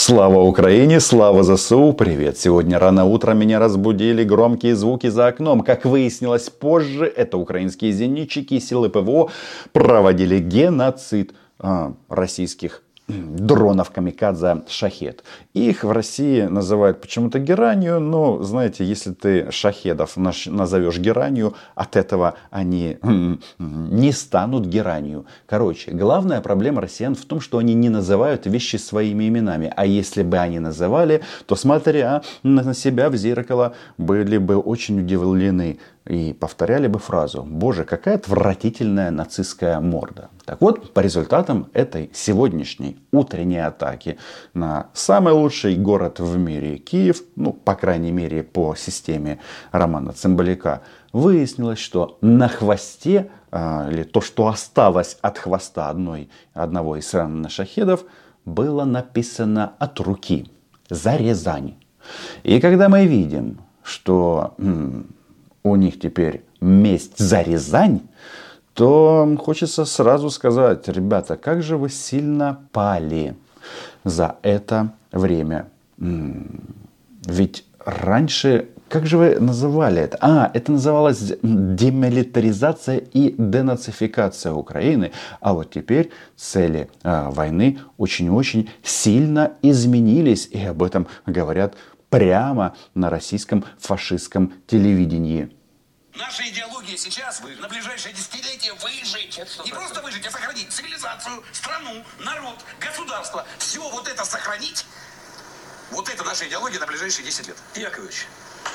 Слава Украине, слава ЗСУ, привет. Сегодня рано утром меня разбудили громкие звуки за окном. Как выяснилось позже, это украинские зенитчики и силы ПВО проводили геноцид российских дронов камикадзе «Шахед». Их в России называют почему-то геранью, но, знаете, если ты шахедов назовешь геранью, от этого они не станут геранью. Короче, главная проблема россиян в том, что они не называют вещи своими именами. А если бы они называли, то, смотря на себя в зеркало, были бы очень удивлены. И повторяли бы фразу: «Боже, какая отвратительная нацистская морда». Так вот, по результатам этой сегодняшней утренней атаки на самый лучший город в мире Киев, ну, по крайней мере, по системе Романа Цымбалюка, выяснилось, что на хвосте, или то, что осталось от хвоста одного из шахедов, было написано от руки: «За Рязань». И когда мы видим, что у них теперь месть за Рязань, то хочется сразу сказать: ребята, как же вы сильно пали за это время. Ведь раньше, как же вы называли это? Это называлось демилитаризация и денацификация Украины. А вот теперь цели войны очень-очень сильно изменились. И об этом говорят прямо на российском фашистском телевидении. Наша идеология сейчас на ближайшее десятилетие выжить. Не просто выжить, а сохранить цивилизацию, страну, народ, государство. Все вот это сохранить. Вот это наша идеология на ближайшие 10 лет. Яковлевич.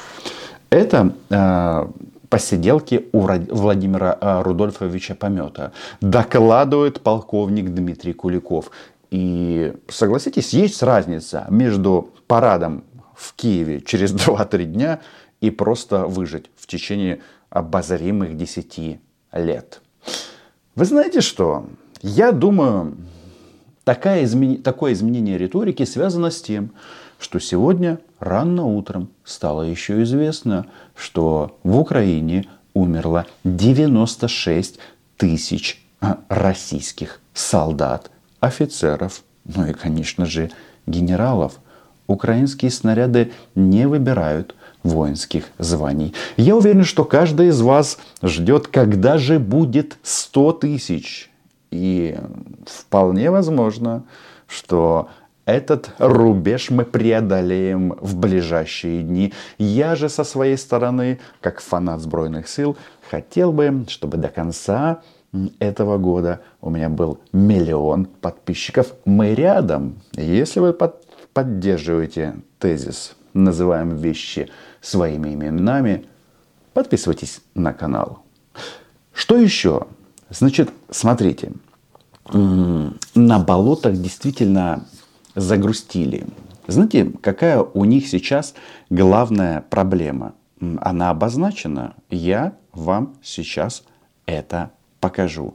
Это посиделки у Владимира Рудольфовича Помета. Докладывает полковник Дмитрий Куликов. И согласитесь, есть разница между парадом в Киеве через 2-3 дня и просто выжить в течение обозримых 10 лет. Вы знаете что? Я думаю, такое изменение риторики связано с тем, что сегодня рано утром стало еще известно, что в Украине умерло 96 тысяч российских солдат, офицеров, ну и, конечно же, генералов. Украинские снаряды не выбирают воинских званий. Я уверен, что каждый из вас ждет, когда же будет 100 тысяч. И вполне возможно, что этот рубеж мы преодолеем в ближайшие дни. Я же со своей стороны, как фанат Збройных сил, хотел бы, чтобы до конца этого года у меня был 1 миллион подписчиков. Мы рядом. Если вы поддерживаете тезис «Называем вещи своими именами», подписывайтесь на канал. Что еще? Значит, смотрите. На болотах действительно загрустили. Знаете, какая у них сейчас главная проблема? Она обозначена. Я вам сейчас это покажу.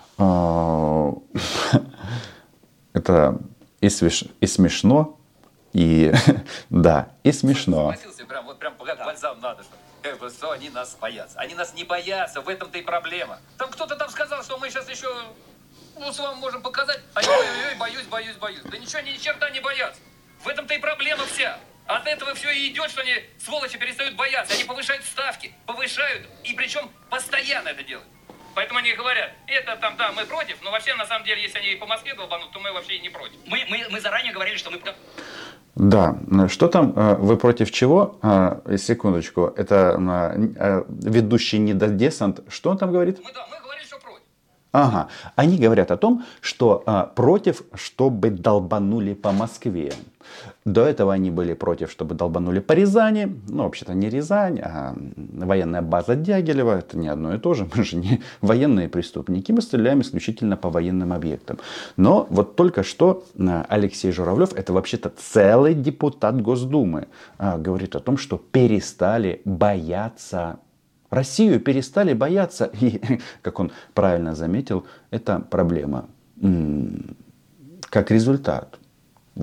Это и смешно, и да, и смешно. Прям бальзам надо, что они нас боятся. Они нас не боятся, в этом-то и проблема. Там кто-то там сказал, что мы сейчас еще с вами можем показать. Они боюсь. Да ничего, они ни черта не боятся. В этом-то и проблема вся. От этого все и идет, что они, сволочи, перестают бояться. Они повышают ставки, и причем постоянно это делают. Поэтому они говорят, это там, да, мы против, но вообще, на самом деле, если они по Москве долбанут, то мы вообще и не против. Мы заранее говорили, что мы... Да, что там, вы против чего? Секундочку, это ведущий Недодесант, что он там говорит? Мы говорили, что против. Ага, они говорят о том, что против, чтобы долбанули по Москве. До этого они были против, чтобы долбанули по Рязани. Ну, вообще-то не Рязань, а военная база Дягилева. Это не одно и то же. Мы же не военные преступники. Мы стреляем исключительно по военным объектам. Но вот только что Алексей Журавлев, это вообще-то целый депутат Госдумы, говорит о том, что перестали бояться. Россию перестали бояться. И, как он правильно заметил, это проблема. Как результат.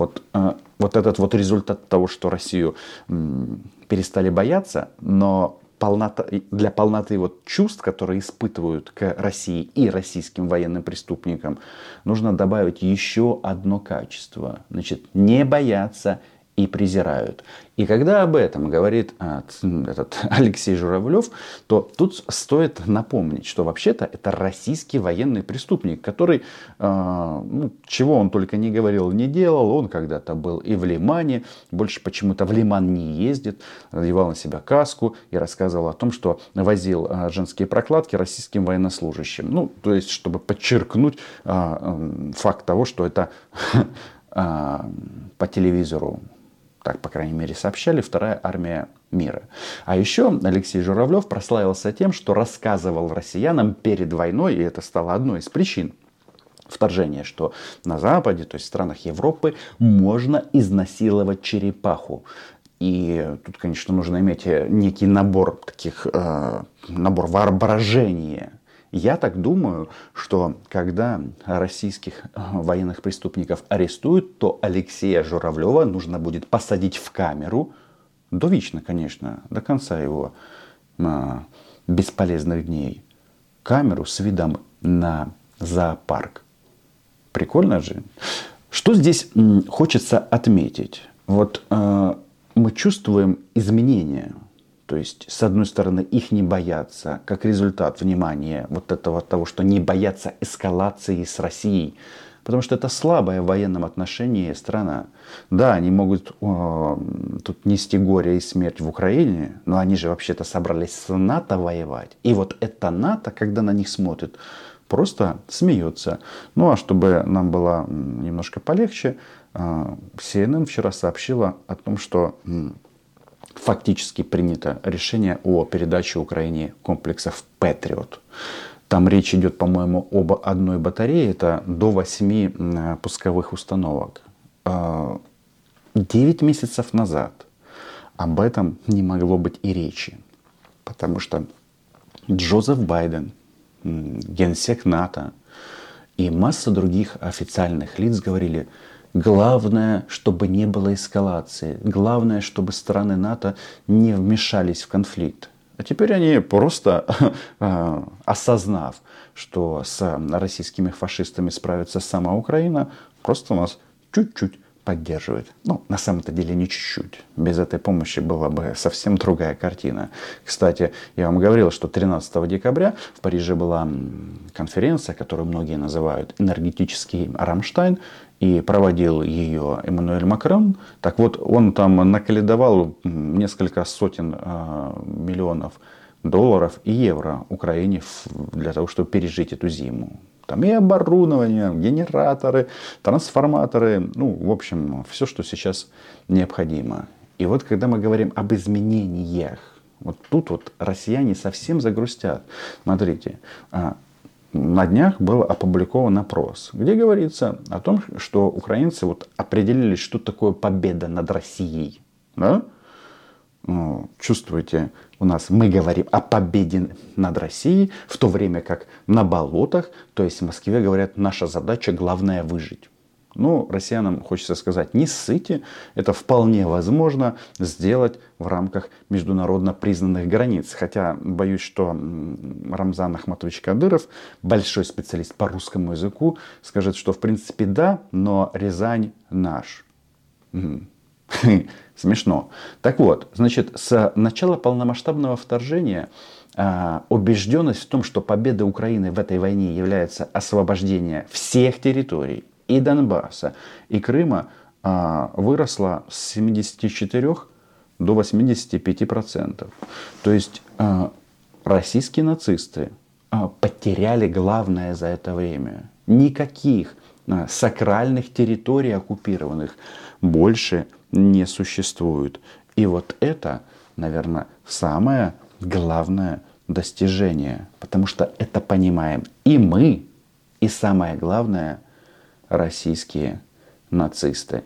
Вот этот вот результат того, что Россию перестали бояться, но для полноты вот чувств, которые испытывают к России и российским военным преступникам, нужно добавить еще одно качество. Значит, не боятся и презирают. И когда об этом говорит этот Алексей Журавлев, то тут стоит напомнить, что вообще-то это российский военный преступник, который, чего он только не говорил, не делал. Он когда-то был и в Лимане, больше почему-то в Лиман не ездит, надевал на себя каску и рассказывал о том, что возил женские прокладки российским военнослужащим. Ну, то есть, чтобы подчеркнуть факт того, что это по телевизору, так, по крайней мере, сообщали, вторая армия мира. А еще Алексей Журавлев прославился тем, что рассказывал россиянам перед войной, и это стало одной из причин вторжения, что на Западе, то есть в странах Европы, можно изнасиловать черепаху. И тут, конечно, нужно иметь некий набор набор воображения. Я так думаю, что когда российских военных преступников арестуют, то Алексея Журавлева нужно будет посадить в камеру, довечно, конечно, до конца его бесполезных дней, камеру с видом на зоопарк. Прикольно же. Что здесь хочется отметить? Вот мы чувствуем изменения. То есть, с одной стороны, их не боятся, как результат, внимания, вот этого того, что не боятся эскалации с Россией. Потому что это слабая в военном отношении страна. Да, они могут тут нести горе и смерть в Украине, но они же вообще-то собрались с НАТО воевать. И вот это НАТО, когда на них смотрит, просто смеется. Ну а чтобы нам было немножко полегче, CNN вчера сообщила о том, что фактически принято решение о передаче Украине комплексов «Патриот». Там речь идет, по-моему, об одной батарее. Это до 8 пусковых установок. 9 месяцев назад об этом не могло быть и речи. Потому что Джозеф Байден, генсек НАТО и масса других официальных лиц говорили: главное, чтобы не было эскалации. Главное, чтобы страны НАТО не вмешались в конфликт. А теперь они просто, осознав, что с российскими фашистами справится сама Украина, просто нас чуть-чуть поддерживает. Ну, на самом-то деле не чуть-чуть. Без этой помощи была бы совсем другая картина. Кстати, я вам говорил, что 13 декабря в Париже была конференция, которую многие называют «Энергетический Рамштайн», и проводил ее Эммануэль Макрон. Так вот, он там наколедовал несколько сотен миллионов долларов и евро Украине для того, чтобы пережить эту зиму. Там и оборудование, генераторы, трансформаторы, ну, в общем, все, что сейчас необходимо. И вот, когда мы говорим об изменениях, вот тут вот россияне совсем загрустят. Смотрите, на днях был опубликован опрос, где говорится о том, что украинцы вот определили, что такое победа над Россией. Да? Ну, чувствуете, мы говорим о победе над Россией, в то время как на болотах, то есть в Москве, говорят, наша задача главное выжить. Ну, россиянам хочется сказать, не ссыте, это вполне возможно сделать в рамках международно признанных границ. Хотя, боюсь, что Рамзан Ахматович Кадыров, большой специалист по русскому языку, скажет, что в принципе да, но Рязань наш. Смешно. Так вот, значит, с начала полномасштабного вторжения убежденность в том, что победа Украины в этой войне является освобождение всех территорий, и Донбасса, и Крыма, выросла с 74 до 85%. То есть российские нацисты потеряли главное за это время. Никаких сакральных территорий оккупированных больше не существует. И вот это, наверное, самое главное достижение. Потому что это понимаем и мы, и самое главное, российские нацисты.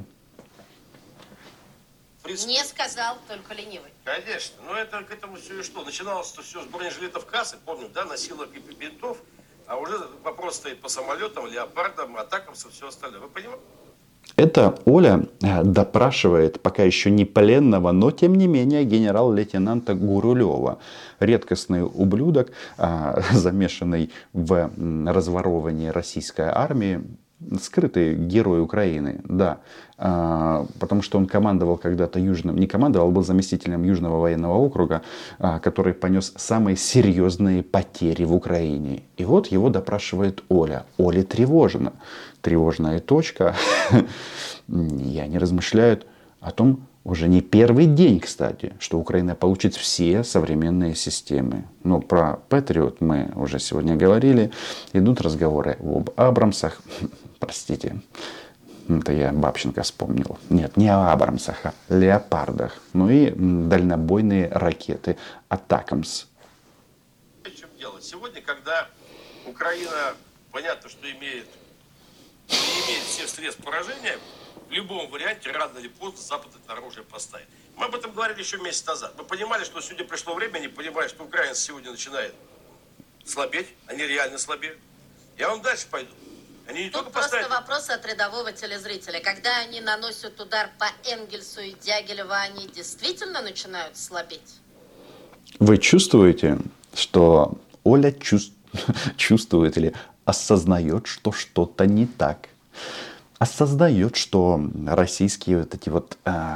Не сказал, только ленивый. Конечно. Но это к этому все и шло. Начиналось-то все с бронежилетов кассы, помню, да, носилок и бинтов. А уже вопрос стоит по самолетам, леопардам, атакамсам, все остальное. Вы понимаете? Это Оля допрашивает пока еще не пленного, но тем не менее генерал-лейтенанта Гурулева. Редкостный ублюдок, замешанный в разворовывании российской армии. Скрытый герой Украины, да. Потому что он командовал когда-то Южным, не командовал, был заместителем Южного военного округа, который понес самые серьезные потери в Украине. И вот его допрашивает Оля. Оле тревожно. Тревожная точка. И они размышляют о том, уже не первый день, кстати, что Украина получит все современные системы. Но про Патриот мы уже сегодня говорили. Идут разговоры об Абрамсах. Простите, это я Бабченко вспомнил. Нет, не о Абрамсах, а Леопардах. Ну и дальнобойные ракеты Атакамс. В чем дело? Сегодня, когда Украина, понятно, что не имеет всех средств поражения, в любом варианте, рано или поздно, Запад это оружие поставит. Мы об этом говорили еще месяц назад. Мы понимали, что сегодня пришло время, они понимают, что украинцы сегодня начинают слабеть, они реально слабеют. Я вам дальше пойду. Они не Тут только просто поставят... вопрос от рядового телезрителя. Когда они наносят удар по Энгельсу и Дягилеву, они действительно начинают слабеть? Вы чувствуете, что Оля чувствует или осознает, что что-то не так? Осознает, что российские вот эти вот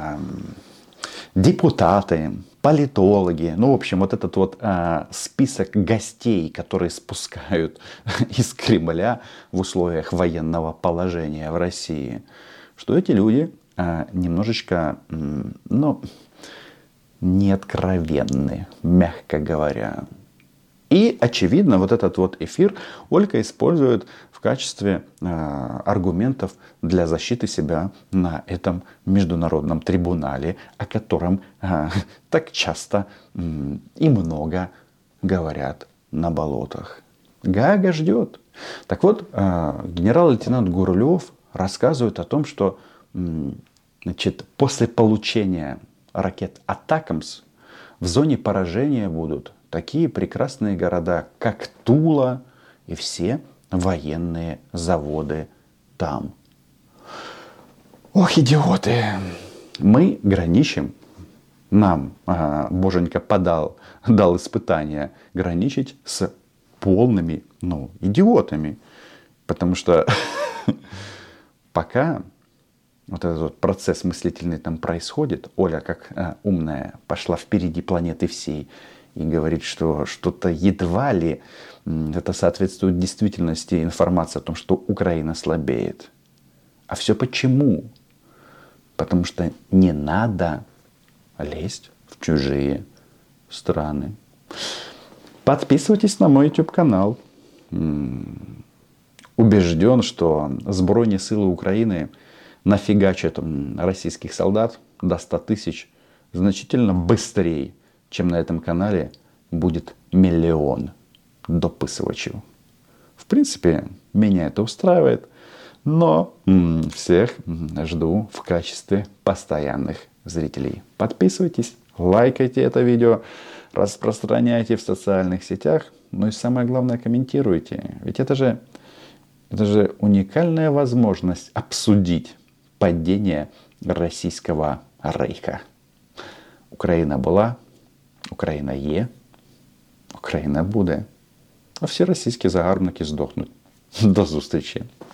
депутаты, политологи, ну, в общем, вот этот вот список гостей, которые спускают из Кремля в условиях военного положения в России, что эти люди немножечко, ну, неоткровенны, мягко говоря. И, очевидно, вот этот вот эфир Ольга использует в качестве аргументов для защиты себя на этом международном трибунале, о котором так часто и много говорят на болотах. Гаага ждет. Так вот, генерал-лейтенант Гурулев рассказывает о том, что значит, после получения ракет Атакамс в зоне поражения будут такие прекрасные города, как Тула и все военные заводы там. Ох, идиоты! Мы граничим, нам Боженька дал испытание граничить с полными, идиотами. Потому что пока вот этот вот процесс мыслительный там происходит, Оля, как умная, пошла впереди планеты всей и говорит, что что-то едва ли это соответствует действительности информация о том, что Украина слабеет. А все почему? Потому что не надо лезть в чужие страны. Подписывайтесь на мой YouTube канал. Убежден, что Збройні сили України нафигачат российских солдат до 100 тысяч значительно быстрее, чем на этом канале будет 1 миллион дописывачей. В принципе, меня это устраивает, но всех жду в качестве постоянных зрителей. Подписывайтесь, лайкайте это видео, распространяйте в социальных сетях, ну и самое главное, комментируйте. Ведь это же уникальная возможность обсудить падение Российского Рейха. Україна була, Україна є, Україна буде. А всі російські загарбники здохнуть. До зустрічі.